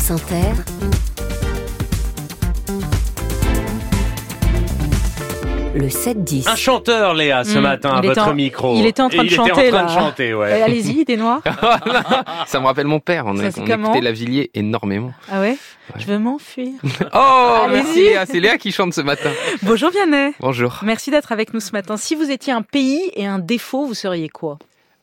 France Inter, le 7-10. Un chanteur, Léa, ce matin, à votre micro. Il était en train de chanter, Il était en train de chanter, ouais. Allez-y, t'es noir. Ça me rappelle mon père, on écoutait Lavilliers énormément. Ah ouais, Je veux m'enfuir. Oh, merci Léa, c'est Léa qui chante ce matin. Bonjour Vianney. Bonjour. Merci d'être avec nous ce matin. Si vous étiez un pays et un défaut, vous seriez quoi ?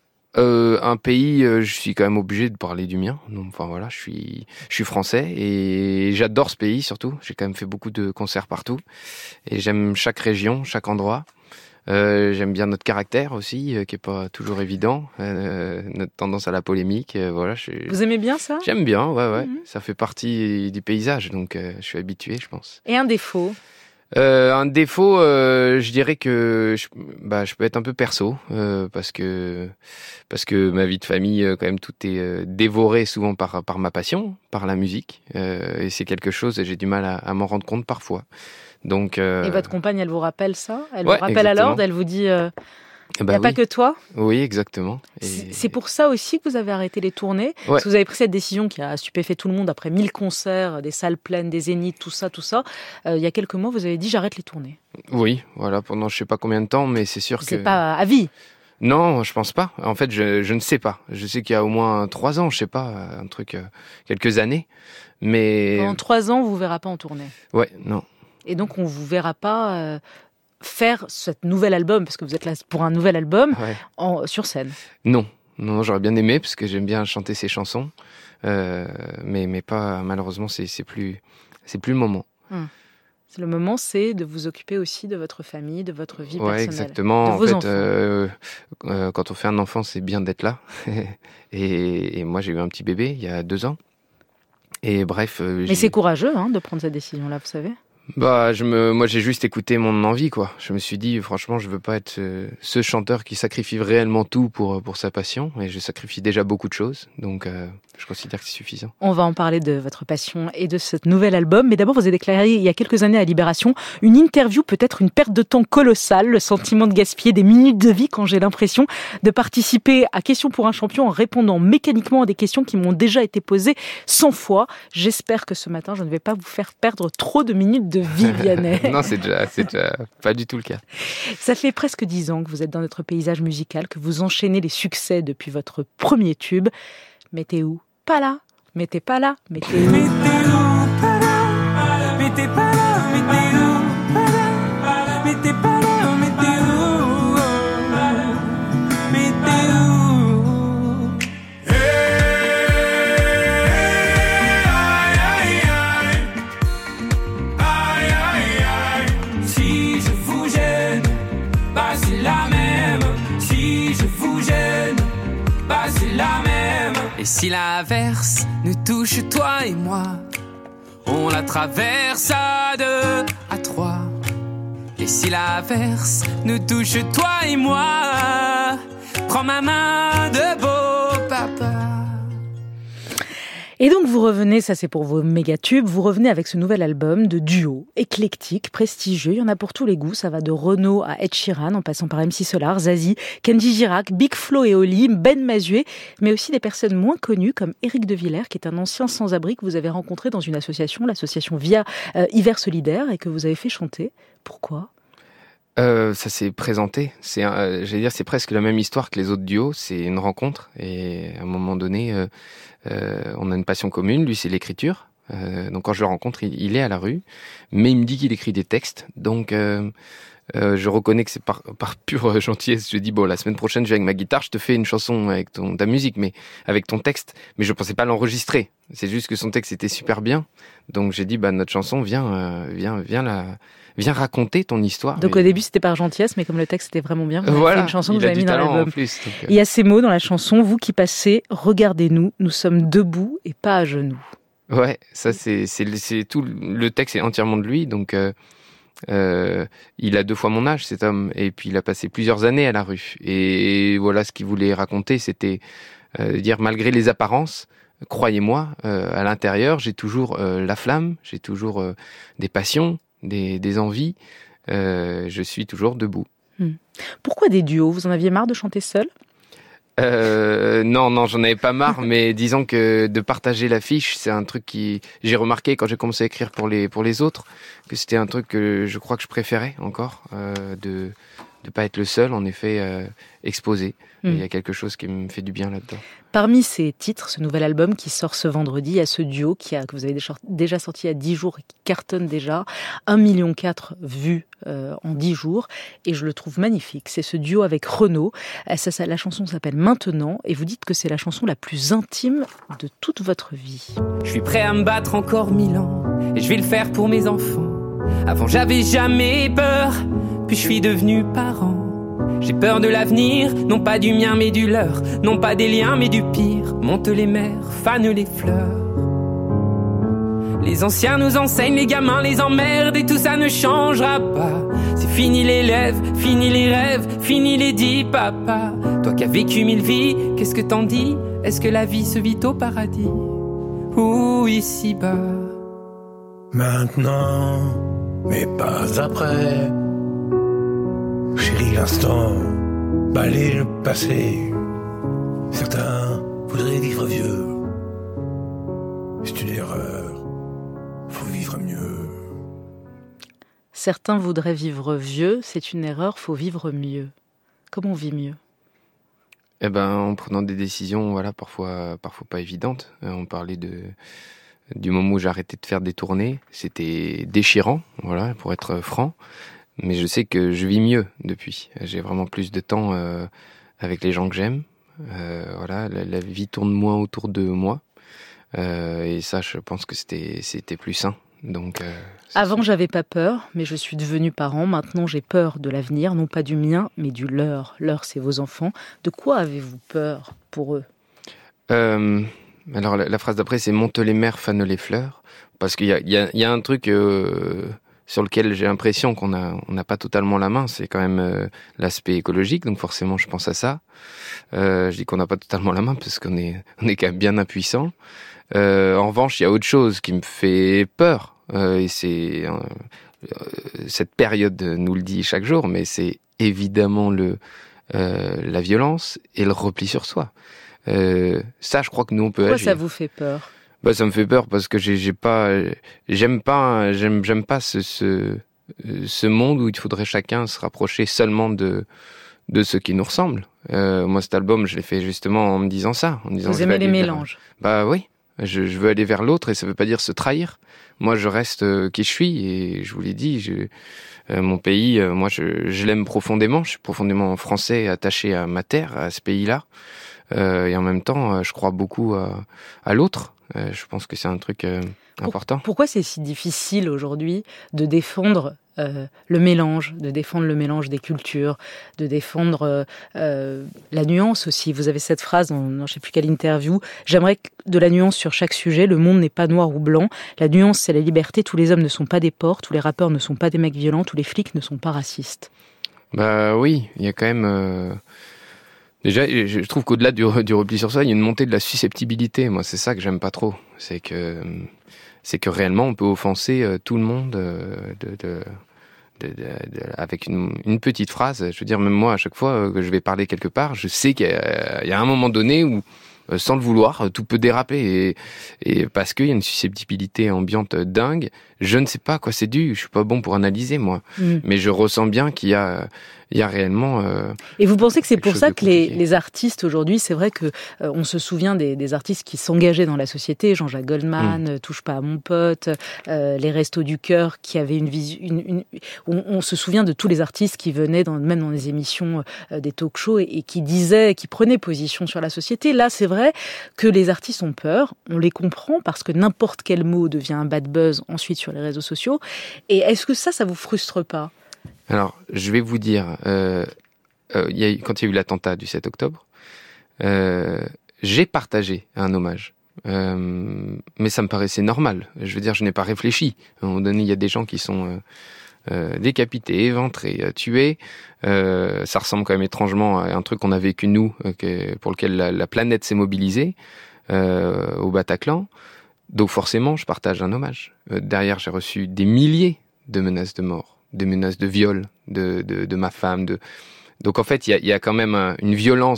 Un pays, je suis quand même obligé de parler du mien. Donc, enfin voilà, je suis français et j'adore ce pays surtout. J'ai quand même fait beaucoup de concerts partout et j'aime chaque région, chaque endroit. J'aime bien notre caractère aussi, qui est pas toujours évident. Notre tendance à la polémique, voilà. Vous aimez bien ça ? J'aime bien, ouais. Ça fait partie du paysage, donc je suis habitué, je pense. Et un défaut ? Un défaut, je dirais que je peux être un peu perso, parce que ma vie de famille, quand même, tout est dévoré souvent par ma passion, par la musique, et c'est quelque chose, et j'ai du mal à m'en rendre compte parfois. Donc, et votre compagne, elle vous rappelle ça ? Elle vous rappelle exactement. à l'ordre ? Elle vous dit il n'y a pas que toi ? Oui, exactement. Et c'est pour ça aussi que vous avez arrêté les tournées. Parce que vous avez pris cette décision qui a stupéfait tout le monde après 1000 concerts, des salles pleines, des zéniths, tout ça. Il y a quelques mois, vous avez dit j'arrête les tournées. Oui, voilà, pendant je sais pas combien de temps, mais c'est sûr que... C'est pas à vie ? Non, je pense pas. En fait, je ne sais pas. Je sais qu'il y a au moins 3 ans, je sais pas, quelques années. Mais... Pendant 3 ans, on vous verra pas en tournée ? Ouais, non. Et donc, on vous verra pas... faire ce nouvel album, parce que vous êtes là pour un nouvel album, sur scène. Non, j'aurais bien aimé, parce que j'aime bien chanter ces chansons, mais pas, malheureusement, c'est plus le moment. Le moment, c'est de vous occuper aussi de votre famille, de votre vie personnelle. Ouais, exactement. De vos enfants. Quand on fait un enfant, c'est bien d'être là. et moi, j'ai eu un petit bébé il y a 2 ans. Et bref... Mais c'est courageux de prendre cette décision-là, vous savez. Moi j'ai juste écouté mon envie, quoi. Je me suis dit, franchement, je veux pas être ce chanteur qui sacrifie réellement tout pour sa passion, et je sacrifie déjà beaucoup de choses, donc je considère que c'est suffisant. On va en parler de votre passion et de ce nouvel album, mais d'abord vous avez déclaré il y a quelques années à Libération, une interview peut être une perte de temps colossale, le sentiment de gaspiller des minutes de vie quand j'ai l'impression de participer à Question pour un champion en répondant mécaniquement à des questions qui m'ont déjà été posées 100 fois. J'espère que ce matin je ne vais pas vous faire perdre trop de minutes de vie, Vianney. Non, c'est déjà pas du tout le cas. Ça fait presque 10 ans que vous êtes dans notre paysage musical, que vous enchaînez les succès depuis votre premier tube. Mais t'es où ? Pas là. Mais t'es pas là. Mais t'es où ? Mais t'es où ? Pas là. Mais t'es pas là. Mais t'es où ? Pas là. Mais t'es pas là. Mais t'es où ? Mais t'es où ? Si je vous gêne, bah c'est la même. Si je vous gêne, bah c'est la même. Et si l'averse nous touche toi et moi, on la traverse à 2, à 3. Et si l'averse nous touche toi et moi, prends ma main de beau papa. Et donc vous revenez, ça c'est pour vos méga-tubes, vous revenez avec ce nouvel album de duo, éclectique, prestigieux, il y en a pour tous les goûts, ça va de Renaud à Ed Sheeran, en passant par MC Solar, Zazie, Kenji Girac, Big Flo et Oli, Ben Mazué, mais aussi des personnes moins connues comme Éric de Villers, qui est un ancien sans-abri que vous avez rencontré dans une association, l'association Via Hiver Solidaire, et que vous avez fait chanter. Pourquoi ? Ça s'est présenté. C'est presque la même histoire que les autres duos. C'est une rencontre et à un moment donné, on a une passion commune. Lui, c'est l'écriture. Donc quand je le rencontre, il est à la rue, mais il me dit qu'il écrit des textes. Donc je reconnais que c'est par pure gentillesse. Je dis la semaine prochaine, je viens avec ma guitare, je te fais une chanson avec ta musique, mais avec ton texte. Mais je pensais pas l'enregistrer. C'est juste que son texte était super bien. Donc j'ai dit notre chanson, viens raconter ton histoire. Donc au début c'était par gentillesse, mais comme le texte était vraiment bien, vous avez fait une chanson que vous avez mis dans l'album. Plus, Il y a ces mots dans la chanson, vous qui passez, regardez-nous, nous sommes debout et pas à genoux. Ouais, ça c'est tout. Le texte est entièrement de lui, donc il a 2 fois mon âge, cet homme, et puis il a passé plusieurs années à la rue. Et voilà, ce qu'il voulait raconter, c'était dire malgré les apparences, croyez-moi, à l'intérieur, j'ai toujours la flamme, j'ai toujours des passions, des envies, je suis toujours debout. Pourquoi des duos ? Vous en aviez marre de chanter seul ? Non, j'en avais pas marre, mais disons que de partager l'affiche, c'est un truc qui j'ai remarqué quand j'ai commencé à écrire pour les autres, que c'était un truc que je crois que je préférais encore, de pas être le seul, en effet, exposé. Il y a quelque chose qui me fait du bien là-dedans. Parmi ces titres, ce nouvel album qui sort ce vendredi, il y a ce duo que vous avez déjà sorti il y a 10 jours et qui cartonne déjà, 1,4 million vues en 10 jours, et je le trouve magnifique. C'est ce duo avec Renaud. La chanson s'appelle Maintenant, et vous dites que c'est la chanson la plus intime de toute votre vie. Je suis prêt à me battre encore 1000 ans, et je vais le faire pour mes enfants. Avant j'avais jamais peur, puis je suis devenu parent. J'ai peur de l'avenir, non pas du mien mais du leur, non pas des liens mais du pire. Montent les mers, fanent les fleurs. Les anciens nous enseignent, les gamins les emmerdent et tout ça ne changera pas. C'est fini les lèvres, fini les rêves, fini les 10 papas. Toi qui as vécu 1000 vies, qu'est-ce que t'en dis? Est-ce que la vie se vit au paradis ou ici-bas? Maintenant, mais pas après. Chérie, l'instant, balayer le passé. Certains voudraient vivre vieux. C'est une erreur. Faut vivre mieux. Certains voudraient vivre vieux, c'est une erreur, faut vivre mieux. Comment on vit mieux? En prenant des décisions, parfois pas évidentes. On parlait du moment où j'ai arrêté de faire des tournées. C'était déchirant, pour être franc. Mais je sais que je vis mieux depuis. J'ai vraiment plus de temps avec les gens que j'aime. La vie tourne moins autour de moi. Et ça, je pense que c'était plus sain. Donc, avant, j'avais pas peur, mais je suis devenue parent. Maintenant, j'ai peur de l'avenir, non pas du mien, mais du leur. Leur, c'est vos enfants. De quoi avez-vous peur pour eux? Alors, la phrase d'après, c'est « Montent les mers, fanent les fleurs ». Parce qu'il y a un truc sur lequel j'ai l'impression qu'on n'a pas totalement la main. C'est quand même l'aspect écologique, donc forcément, je pense à ça. Je dis qu'on n'a pas totalement la main parce qu'on est quand même bien impuissant. En revanche, il y a autre chose qui me fait peur, et c'est cette période nous le dit chaque jour, mais c'est évidemment la violence et le repli sur soi. Ça, je crois que nous on peut agir. Pourquoi ça vous fait peur? Ça me fait peur parce que j'aime pas ce monde où il faudrait chacun se rapprocher seulement de ce qui nous ressemble. Moi, cet album, je l'ai fait justement en me disant ça, Vous aimez les mélanges? Oui. Je veux aller vers l'autre et ça veut pas dire se trahir. Moi, je reste qui je suis et je vous l'ai dit, mon pays, moi, je l'aime profondément. Je suis profondément français, attaché à ma terre, à ce pays-là. Et en même temps, je crois beaucoup à l'autre. Je pense que c'est un truc important. Pourquoi c'est si difficile aujourd'hui de défendre le mélange des cultures, de défendre la nuance aussi? Vous avez cette phrase dans je ne sais plus quelle interview: j'aimerais de la nuance sur chaque sujet, le monde n'est pas noir ou blanc, la nuance c'est la liberté, tous les hommes ne sont pas des porcs, tous les rappeurs ne sont pas des mecs violents, tous les flics ne sont pas racistes. Oui, il y a quand même... Déjà, je trouve qu'au-delà du repli sur soi, il y a une montée de la susceptibilité. Moi, c'est ça que j'aime pas trop. C'est que réellement, on peut offenser tout le monde avec une petite phrase. Je veux dire, même moi, à chaque fois que je vais parler quelque part, je sais qu'il y a un moment donné où, sans le vouloir, tout peut déraper. Et parce qu'il y a une susceptibilité ambiante dingue, je ne sais pas à quoi c'est dû. Je suis pas bon pour analyser, moi. Mais je ressens bien qu'il y a réellement... Et vous pensez que c'est pour ça que les artistes aujourd'hui, c'est vrai que on se souvient des artistes qui s'engageaient dans la société, Jean-Jacques Goldman, Touche pas à mon pote, les Restos du Cœur, qui avaient une vision... On se souvient de tous les artistes qui venaient même dans les émissions des talk-shows et qui disaient, qui prenaient position sur la société. Là, c'est vrai que les artistes ont peur, on les comprend, parce que n'importe quel mot devient un bad buzz ensuite sur les réseaux sociaux. Et est-ce que ça vous frustre pas? Alors, je vais vous dire, quand il y a eu l'attentat du 7 octobre, j'ai partagé un hommage. Mais ça me paraissait normal. Je veux dire, je n'ai pas réfléchi. À un moment donné, il y a des gens qui sont décapités, éventrés, tués. Ça ressemble quand même étrangement à un truc qu'on a vécu nous, pour lequel la planète s'est mobilisée, au Bataclan. Donc forcément, je partage un hommage. Derrière, j'ai reçu des milliers de menaces de mort, de menaces de viol de ma femme. Donc en fait, il y a quand même une violence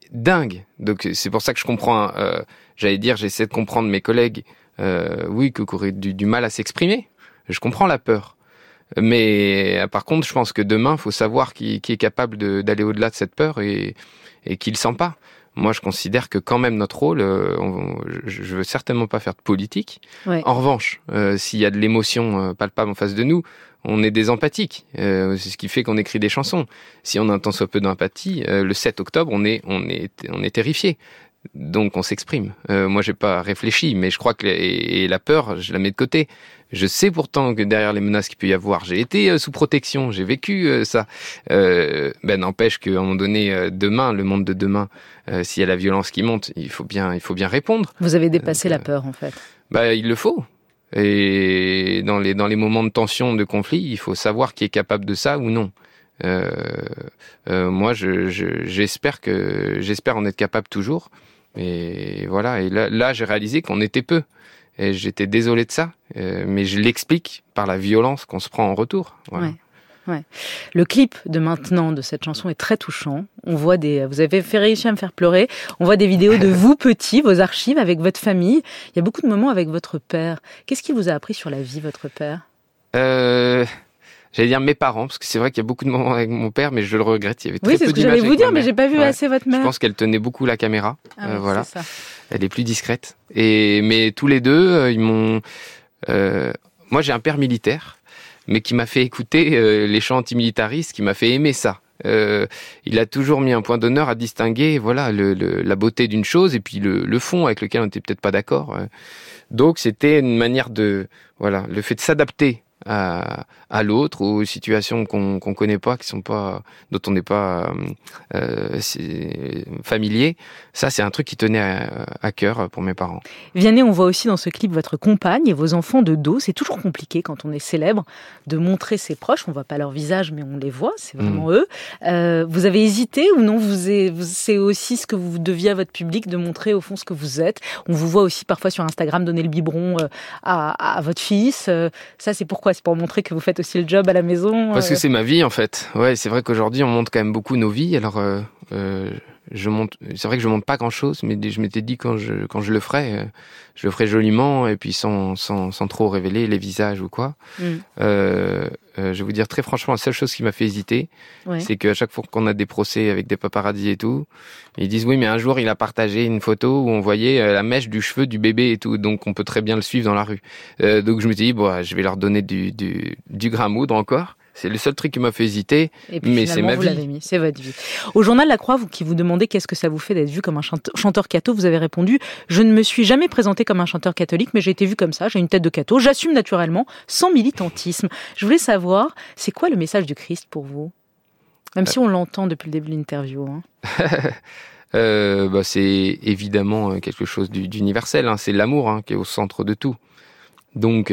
dingue. Donc c'est pour ça que je comprends, j'essaie de comprendre mes collègues, qui auraient du mal à s'exprimer. Je comprends la peur. Mais par contre, je pense que demain, il faut savoir qui est capable d'aller au-delà de cette peur et qui le sent pas. Moi, je considère que quand même notre rôle, je veux certainement pas faire de politique. Ouais. En revanche, s'il y a de l'émotion palpable en face de nous, on est des empathiques. C'est ce qui fait qu'on écrit des chansons. Si on a un tant soit peu d'empathie, le 7 octobre, on est terrifié. Donc on s'exprime. Moi, j'ai pas réfléchi, mais je crois que et la peur, je la mets de côté. Je sais pourtant que derrière les menaces qu'il peut y avoir, j'ai été sous protection, j'ai vécu ça. N'empêche qu'à un moment donné, demain, le monde de demain, s'il y a la violence qui monte, il faut bien répondre. Vous avez dépassé la peur, en fait. Il le faut. Et dans les moments de tension, de conflit, il faut savoir qui est capable de ça ou non. Moi, j'espère en être capable toujours. Et voilà. Et là, j'ai réalisé qu'on était peu. Et j'étais désolé de ça, mais je l'explique par la violence qu'on se prend en retour. Voilà. Ouais. Le clip de maintenant de cette chanson est très touchant. On voit vous avez réussi à me faire pleurer. On voit des vidéos de vous petits, vos archives avec votre famille. Il y a beaucoup de moments avec votre père. Qu'est-ce qu'il vous a appris sur la vie, votre père ? J'allais dire mes parents, parce que c'est vrai qu'il y a beaucoup de moments avec mon père, mais je le regrette. Il y avait très peu c'est ce que j'allais vous dire, mais j'ai pas vu assez votre mère. Je pense qu'elle tenait beaucoup la caméra. Voilà. C'est ça. Elle est plus discrète. Mais tous les deux, ils m'ont... moi, j'ai un père militaire, mais qui m'a fait écouter les chants antimilitaristes, qui m'a fait aimer ça. Il a toujours mis un point d'honneur à distinguer la beauté d'une chose et puis le fond avec lequel on n'était peut-être pas d'accord. Donc, c'était une manière le fait de s'adapter à l'autre, aux situations qu'on connaît pas, dont on n'est pas familier. Ça, c'est un truc qui tenait à cœur pour mes parents. Vianney, on voit aussi dans ce clip votre compagne et vos enfants de dos. C'est toujours compliqué quand on est célèbre de montrer ses proches. On voit pas leur visage, mais on les voit. C'est vraiment eux. Vous avez hésité ou non? C'est aussi ce que vous deviez à votre public de montrer au fond ce que vous êtes. On vous voit aussi parfois sur Instagram donner le biberon à votre fils. Ça, c'est pourquoi? C'est pour montrer que vous faites aussi le job à la maison. Parce que c'est ma vie en fait. Ouais, c'est vrai qu'aujourd'hui on montre quand même beaucoup nos vies. Alors c'est vrai que je montre pas grand chose, mais je m'étais dit quand je le ferais, je le ferais joliment et puis sans trop révéler les visages ou quoi. Je vais vous dire très franchement, la seule chose qui m'a fait hésiter, c'est qu'à chaque fois qu'on a des procès avec des paparazzis et tout, ils disent oui, mais un jour il a partagé une photo où on voyait la mèche du cheveu du bébé et tout, donc on peut très bien le suivre dans la rue. Donc je me suis dit je vais leur donner du grain à moudre encore. C'est le seul truc qui m'a fait hésiter, et puis, mais c'est ma vie. Vous l'avez mis, c'est votre vie. Au journal La Croix, qui vous demandez qu'est-ce que ça vous fait d'être vu comme un chanteur catho, vous avez répondu « Je ne me suis jamais présenté comme un chanteur catholique, mais j'ai été vu comme ça, j'ai une tête de catho, j'assume naturellement, sans militantisme. » Je voulais savoir, c'est quoi le message du Christ pour vous? Même si on l'entend depuis le début de l'interview. C'est évidemment quelque chose d'universel, c'est l'amour qui est au centre de tout. Donc...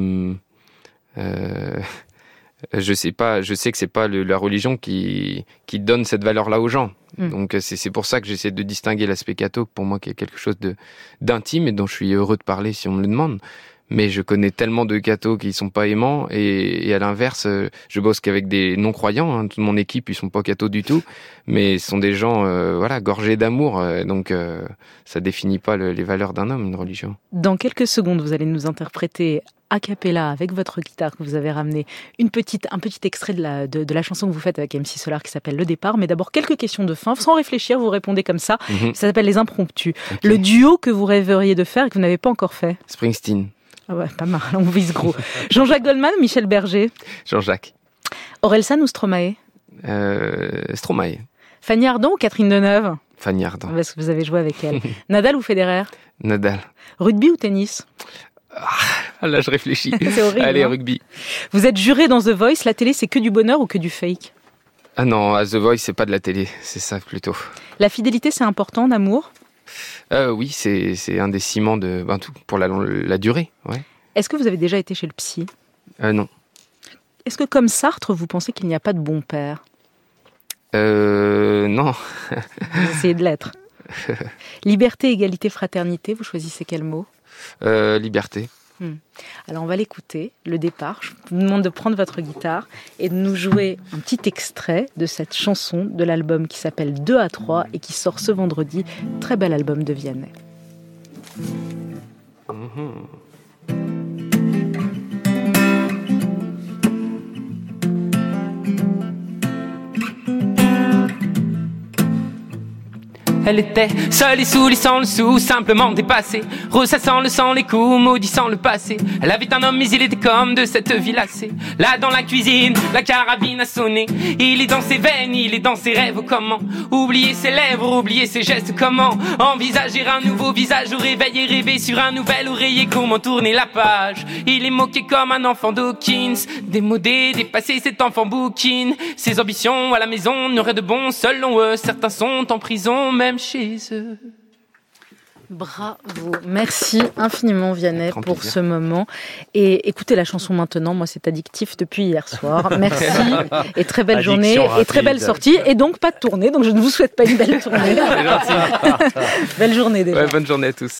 je sais que c'est pas la religion qui donne cette valeur-là aux gens. Donc c'est pour ça que j'essaie de distinguer l'aspect catho, pour moi qui est quelque chose d'intime et dont je suis heureux de parler si on me le demande. Mais je connais tellement de cathos qui sont pas aimants et à l'inverse, je bosse qu'avec des non-croyants. Toute mon équipe, ils sont pas cathos du tout, mais ce sont des gens gorgés d'amour. Donc ça définit pas les valeurs d'un homme, une religion. Dans quelques secondes, vous allez nous interpréter a cappella avec votre guitare que vous avez ramené un petit extrait de la chanson que vous faites avec MC Solar qui s'appelle Le Départ. Mais d'abord quelques questions de fin, sans réfléchir, vous répondez comme ça. Ça s'appelle Les Impromptus. Okay. Le duo que vous rêveriez de faire et que vous n'avez pas encore fait? Springsteen. Ah ouais, pas mal, on vise gros. Jean-Jacques Goldman ou Michel Berger? Jean-Jacques. Orelsan ou Stromae? Stromae. Fanny Ardant ou Catherine Deneuve? Fanny Ardant. Parce que vous avez joué avec elle. Nadal ou Federer? Nadal. Rugby ou tennis? Là, je réfléchis. C'est horrible. Allez, rugby. Vous êtes juré dans The Voice. La télé, c'est que du bonheur ou que du fake? Ah non, à The Voice, c'est pas de la télé. C'est ça, plutôt. La fidélité, c'est important en amour? Oui, c'est un des ciments pour la durée. Ouais. Est-ce que vous avez déjà été chez le psy? Non. Est-ce que, comme Sartre, vous pensez qu'il n'y a pas de bon père? Non. Vous essayez de l'être. Liberté, égalité, fraternité, vous choisissez quel mot? Liberté. Alors on va l'écouter, le départ. Je vous demande de prendre votre guitare et de nous jouer un petit extrait de cette chanson de l'album qui s'appelle 2 à 3 et qui sort ce vendredi. Très bel album de Vianney. Elle était seule et soulissant le sou, simplement dépassée, ressassant le sang, les coups, maudissant le passé. Elle avait un homme mais il était comme de cette vie lassée. Là dans la cuisine, la carabine a sonné. Il est dans ses veines, il est dans ses rêves. Comment oublier ses lèvres, oublier ses gestes? Comment envisager un nouveau visage au réveil et rêver sur un nouvel oreiller? Comment tourner la page? Il est moqué comme un enfant d'Hawkins, démodé, dépassé, cet enfant bouquine. Ses ambitions à la maison n'auraient de bon selon eux. Certains sont en prison, même chez eux. Bravo, merci infiniment Vianney pour ce moment. Et écoutez la chanson maintenant, moi c'est addictif depuis hier soir. Merci et très belle journée et très belle sortie. Et donc pas de tournée, donc je ne vous souhaite pas une belle tournée. Belle journée déjà. Bonne journée à tous.